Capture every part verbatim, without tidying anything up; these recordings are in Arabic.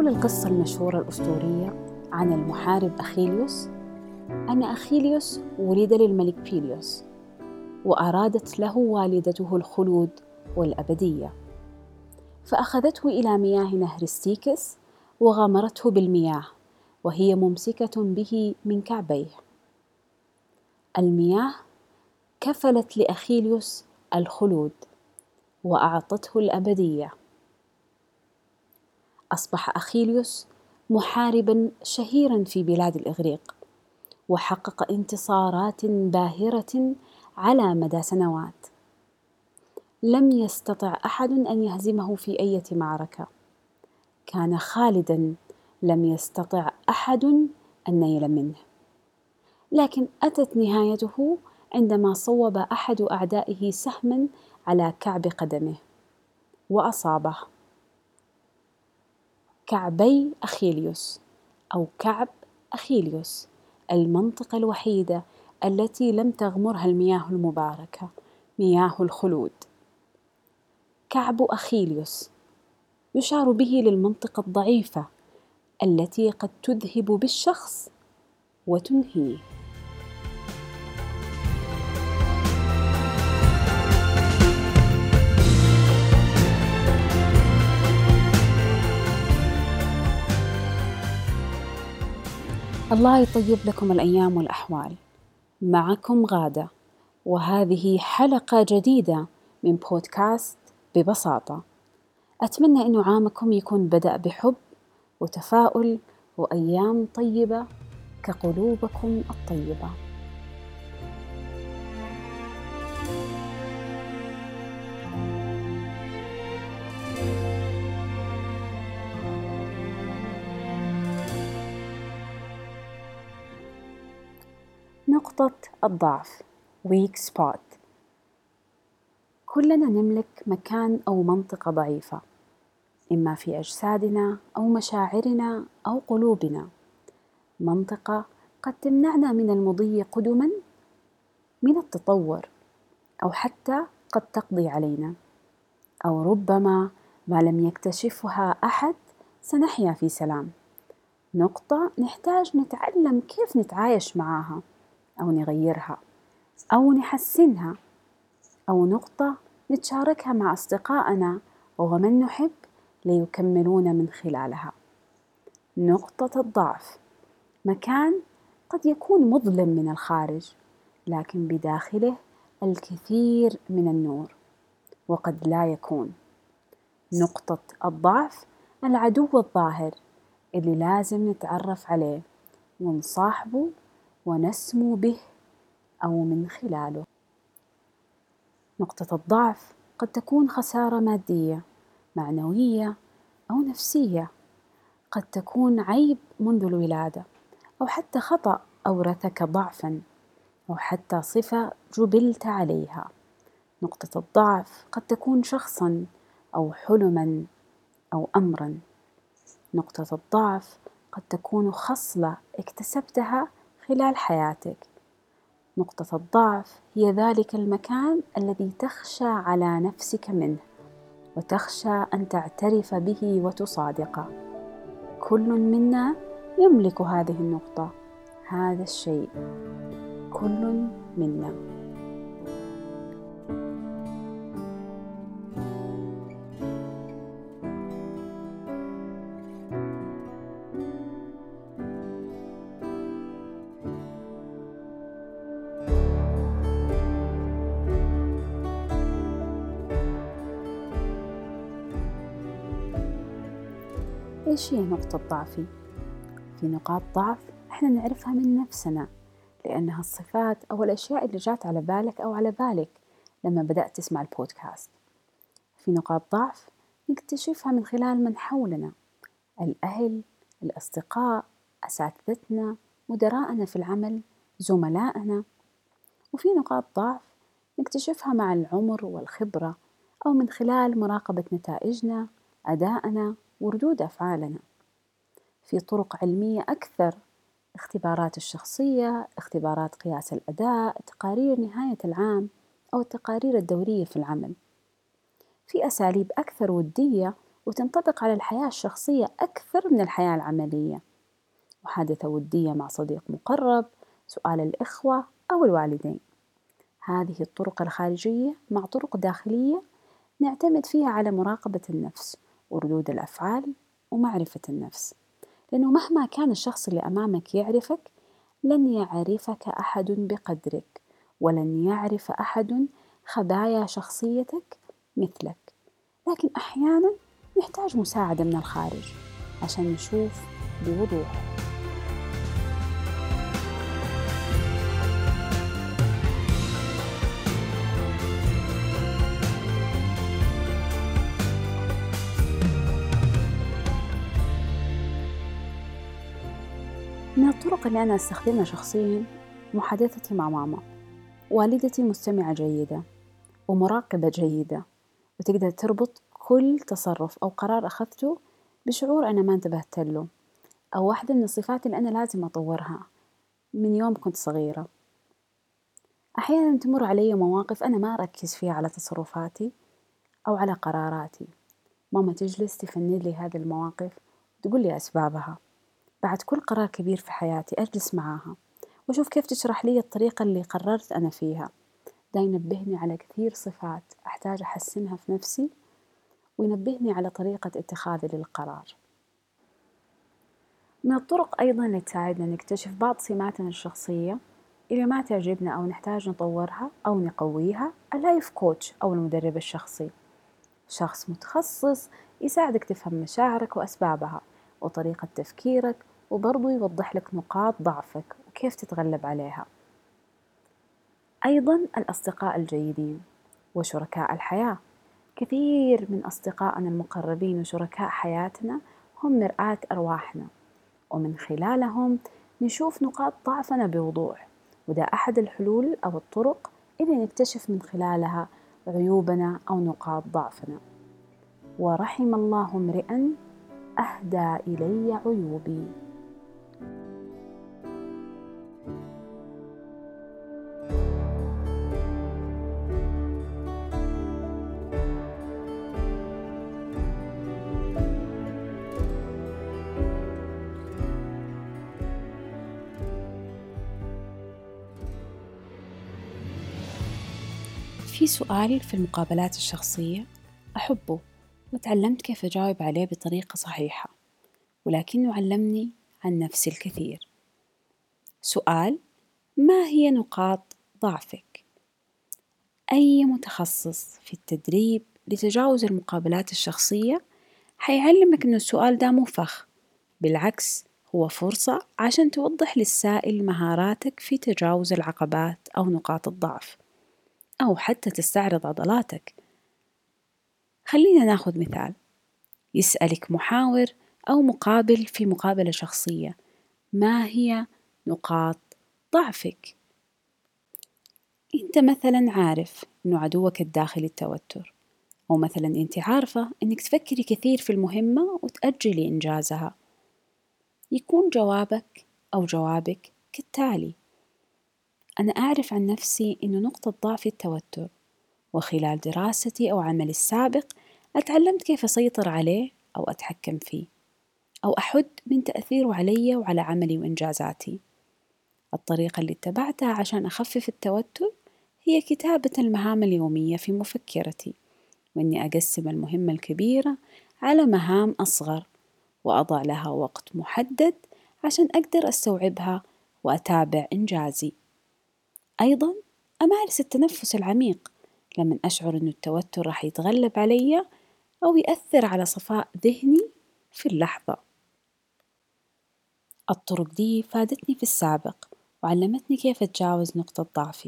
تقول القصة المشهورة الأسطورية عن المحارب أخيليوس أن أخيليوس ولد للملك بيليوس، وأرادت له والدته الخلود والأبدية، فأخذته إلى مياه نهر ستيكس وغمرته بالمياه وهي ممسكة به من كعبيه. المياه كفلت لأخيليوس الخلود وأعطته الأبدية. أصبح أخيليوس محارباً شهيراً في بلاد الإغريق، وحقق انتصارات باهرة على مدى سنوات. لم يستطع أحد أن يهزمه في أي معركة. كان خالداً لم يستطع أحد النيل منه. لكن أتت نهايته عندما صوب أحد أعدائه سهماً على كعب قدمه وأصابه. كعبي أخيليوس أو كعب أخيليوس، المنطقة الوحيدة التي لم تغمرها المياه المباركة، مياه الخلود. كعب أخيليوس يشار به للمنطقة الضعيفة التي قد تذهب بالشخص وتنهيه. الله يطيب لكم الأيام والأحوال. معكم غادة، وهذه حلقة جديدة من بودكاست ببساطة. أتمنى أن عامكم يكون بدأ بحب وتفاؤل وأيام طيبة كقلوبكم الطيبة. نقطة الضعف weak spot. كلنا نملك مكان أو منطقة ضعيفة، إما في أجسادنا أو مشاعرنا أو قلوبنا. منطقة قد تمنعنا من المضي قدما، من التطور، أو حتى قد تقضي علينا، أو ربما ما لم يكتشفها أحد سنحيا في سلام. نقطة نحتاج نتعلم كيف نتعايش معها أو نغيرها أو نحسنها، أو نقطة نتشاركها مع أصدقائنا ومن نحب ليكملون من خلالها. نقطة الضعف مكان قد يكون مظلم من الخارج، لكن بداخله الكثير من النور، وقد لا يكون. نقطة الضعف العدو الظاهر اللي لازم نتعرف عليه ونصاحبه ونسمو به أو من خلاله. نقطة الضعف قد تكون خسارة مادية، معنوية، أو نفسية. قد تكون عيب منذ الولادة، أو حتى خطأ أورثك ضعفاً، أو حتى صفة جبلت عليها. نقطة الضعف قد تكون شخصاً أو حلماً أو أمراً. نقطة الضعف قد تكون خصلة اكتسبتها خلال حياتك. نقطة الضعف هي ذلك المكان الذي تخشى على نفسك منه، وتخشى أن تعترف به وتصادقه. كل منا يملك هذه النقطة، هذا الشيء، كل منا. إيش هي نقطة ضعفي؟ في نقاط ضعف إحنا نعرفها من نفسنا، لأنها الصفات أو الأشياء اللي جات على بالك أو على بالك لما بدأت تسمع البودكاست. في نقاط ضعف نكتشفها من خلال من حولنا، الأهل، الأصدقاء، أساتذتنا، مدراءنا في العمل، زملائنا. وفي نقاط ضعف نكتشفها مع العمر والخبرة، أو من خلال مراقبة نتائجنا، أدائنا، وردود أفعالنا. في طرق علمية أكثر، اختبارات الشخصية، اختبارات قياس الأداء، تقارير نهاية العام، أو التقارير الدورية في العمل. في أساليب أكثر ودية وتنطبق على الحياة الشخصية أكثر من الحياة العملية. محادثة ودية مع صديق مقرب، سؤال الإخوة أو الوالدين. هذه الطرق الخارجية مع طرق داخلية نعتمد فيها على مراقبة النفس وردود الأفعال ومعرفة النفس، لأنه مهما كان الشخص اللي أمامك يعرفك، لن يعرفك أحد بقدرك، ولن يعرف أحد خبايا شخصيتك مثلك. لكن أحياناً نحتاج مساعدة من الخارج عشان نشوف بوضوح. من الطرق اللي أنا أستخدمها شخصياً محادثتي مع ماما. والدتي مستمعة جيدة ومراقبة جيدة، وتقدر تربط كل تصرف أو قرار أخذته بشعور أنا ما انتبهت له، أو واحدة من الصفات اللي أنا لازم أطورها من يوم كنت صغيرة. أحياناً تمر علي مواقف أنا ما أركز فيها على تصرفاتي أو على قراراتي، ماما تجلس تفند لي هذه المواقف وتقول لي أسبابها. بعد كل قرار كبير في حياتي أجلس معاها وأشوف كيف تشرح لي الطريقة اللي قررت أنا فيها. ده ينبهني على كثير صفات أحتاج أحسنها في نفسي، وينبهني على طريقة اتخاذي للقرار. من الطرق أيضاً اللي تساعدنا نكتشف بعض سماتنا الشخصية اللي ما تعجبنا أو نحتاج نطورها أو نقويها اللايف كوتش أو المدرب الشخصي. شخص متخصص يساعدك تفهم مشاعرك وأسبابها وطريقة تفكيرك، وبرضو يوضح لك نقاط ضعفك وكيف تتغلب عليها. أيضاً الأصدقاء الجيدين وشركاء الحياة. كثير من أصدقائنا المقربين وشركاء حياتنا هم مرآة أرواحنا، ومن خلالهم نشوف نقاط ضعفنا بوضوح، وده أحد الحلول أو الطرق اللي نكتشف من خلالها عيوبنا أو نقاط ضعفنا. ورحم الله امرئا أهدى إلي عيوبي. في سؤال في المقابلات الشخصية أحبه وتعلمت كيف أجاوب عليه بطريقة صحيحة، ولكنه علمني عن نفسي الكثير. سؤال: ما هي نقاط ضعفك؟ أي متخصص في التدريب لتجاوز المقابلات الشخصية حيعلمك إنه السؤال ده مو فخ، بالعكس هو فرصة عشان توضح للسائل مهاراتك في تجاوز العقبات أو نقاط الضعف، أو حتى تستعرض عضلاتك. خلينا ناخذ مثال. يسألك محاور أو مقابل في مقابلة شخصية: ما هي نقاط ضعفك؟ أنت مثلاً عارف إنه عدوك الداخلي التوتر، أو مثلاً أنت عارفة إنك تفكري كثير في المهمة وتأجلي إنجازها. يكون جوابك أو جوابك كالتالي: أنا أعرف عن نفسي إنه نقطة ضعفي التوتر، وخلال دراستي أو عملي السابق أتعلمت كيف أسيطر عليه أو أتحكم فيه، أو أحد من تأثيره علي وعلى عملي وإنجازاتي. الطريقة اللي اتبعتها عشان أخفف التوتر هي كتابة المهام اليومية في مفكرتي، وإني أقسم المهمة الكبيرة على مهام أصغر وأضع لها وقت محدد عشان أقدر أستوعبها وأتابع إنجازي. أيضاً أمارس التنفس العميق لما أشعر أن التوتر راح يتغلب علي أو يأثر على صفاء ذهني في اللحظة. الطرق دي فادتني في السابق وعلمتني كيف أتجاوز نقطة ضعفي.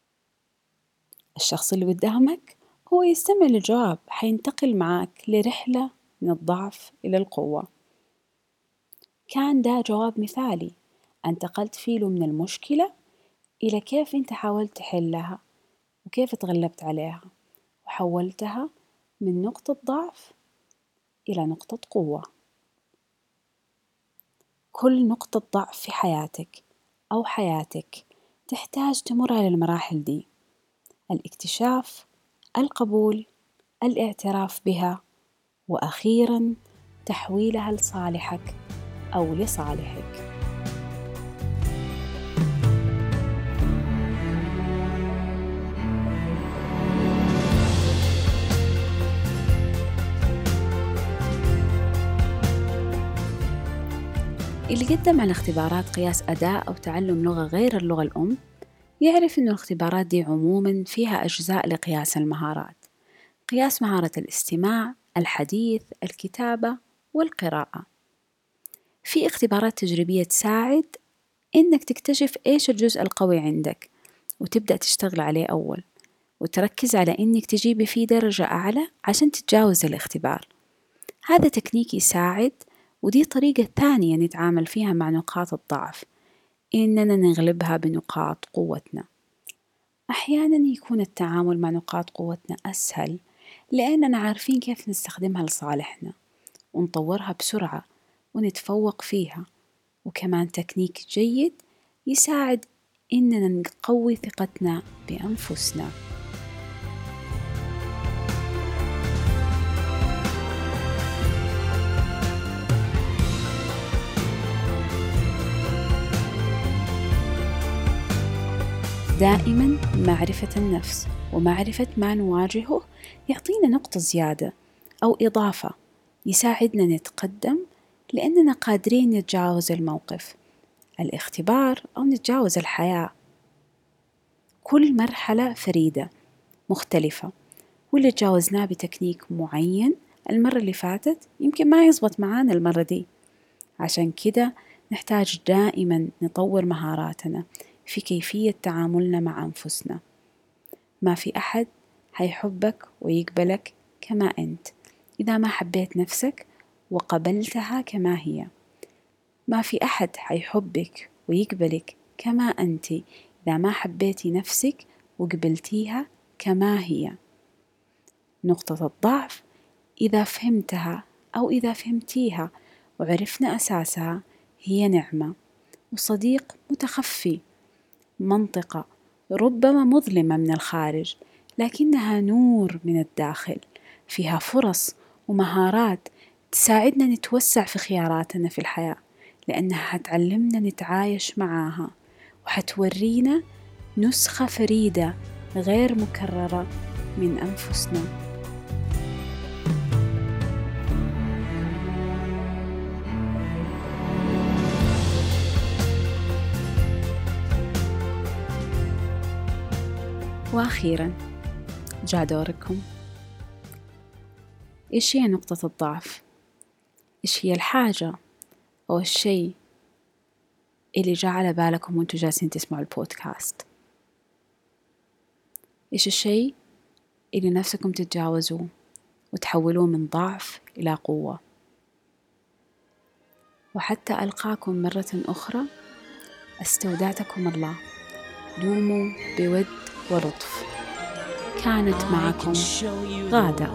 الشخص اللي قدامك هو يستمع للجواب، حينتقل معك لرحلة من الضعف إلى القوة. كان ده جواب مثالي انتقلت فيه من المشكلة إلى كيف أنت حاولت تحلها وكيف تغلبت عليها، وحولتها من نقطة ضعف إلى نقطة قوة. كل نقطة ضعف في حياتك أو حياتك تحتاج تمر على المراحل دي: الاكتشاف، القبول، الاعتراف بها، وأخيراً تحويلها لصالحك أو لصالحك. اللي قدم على اختبارات قياس أداء أو تعلم لغة غير اللغة الأم يعرف أن الاختبارات دي عموماً فيها أجزاء لقياس المهارات، قياس مهارة الاستماع، الحديث، الكتابة والقراءة. في اختبارات تجريبية تساعد إنك تكتشف إيش الجزء القوي عندك وتبدأ تشتغل عليه أول، وتركز على إنك تجيبي فيه درجة أعلى عشان تتجاوز الاختبار. هذا تكنيك يساعد، ودي طريقة ثانية نتعامل فيها مع نقاط الضعف، إننا نغلبها بنقاط قوتنا. أحياناً يكون التعامل مع نقاط قوتنا أسهل لأننا عارفين كيف نستخدمها لصالحنا ونطورها بسرعة ونتفوق فيها. وكمان تكنيك جيد يساعد إننا نقوي ثقتنا بأنفسنا. دائماً معرفة النفس ومعرفة ما نواجهه يعطينا نقطة زيادة أو إضافة يساعدنا نتقدم، لأننا قادرين نتجاوز الموقف، الاختبار أو نتجاوز الحياة. كل مرحلة فريدة مختلفة، واللي تجاوزناه بتكنيك معين المرة اللي فاتت يمكن ما يزبط معانا المرة دي. عشان كده نحتاج دائما نطور مهاراتنا في كيفية تعاملنا مع أنفسنا. ما في أحد هيحبك ويقبلك كما أنت إذا ما حبيت نفسك وقبلتها كما هي. ما في أحد هيحبك ويقبلك كما أنت إذا ما حبيتي نفسك وقبلتيها كما هي. نقطة الضعف إذا فهمتها أو إذا فهمتيها وعرفنا أساسها هي نعمة وصديق متخفي، منطقة ربما مظلمة من الخارج لكنها نور من الداخل، فيها فرص ومهارات تساعدنا نتوسع في خياراتنا في الحياة، لأنها هتعلمنا نتعايش معاها وحتورينا نسخة فريدة غير مكررة من أنفسنا. وأخيراً جاء دوركم. إيش هي نقطة الضعف؟ إيش هي الحاجة أو الشيء اللي جاء على بالكم وانتوا جالسين تسمعوا البودكاست؟ إيش الشيء اللي نفسكم تتجاوزوه وتحولوه من ضعف إلى قوة؟ وحتى ألقاكم مرة أخرى استودعتكم الله، دوموا بود ولطف. كانت معكم غادة.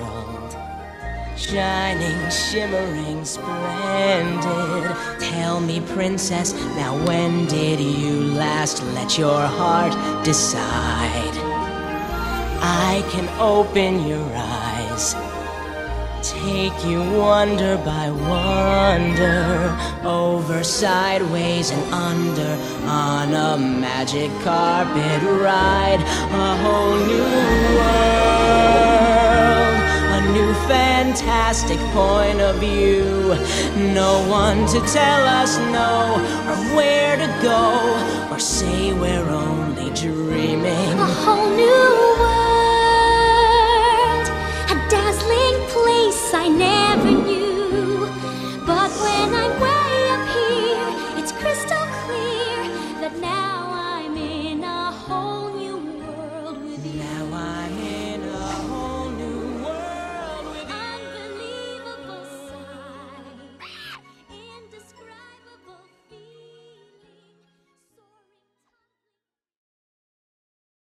Shining, shimmering, splendid. Tell me, princess, now when did you last let your heart decide? I can open your eyes, take you wonder by wonder, over, sideways and under, on a magic carpet ride, a whole new world, a new fantastic point of view. No one to tell us no, or where to go, or say we're only dreaming. A whole new world, a dazzling place I never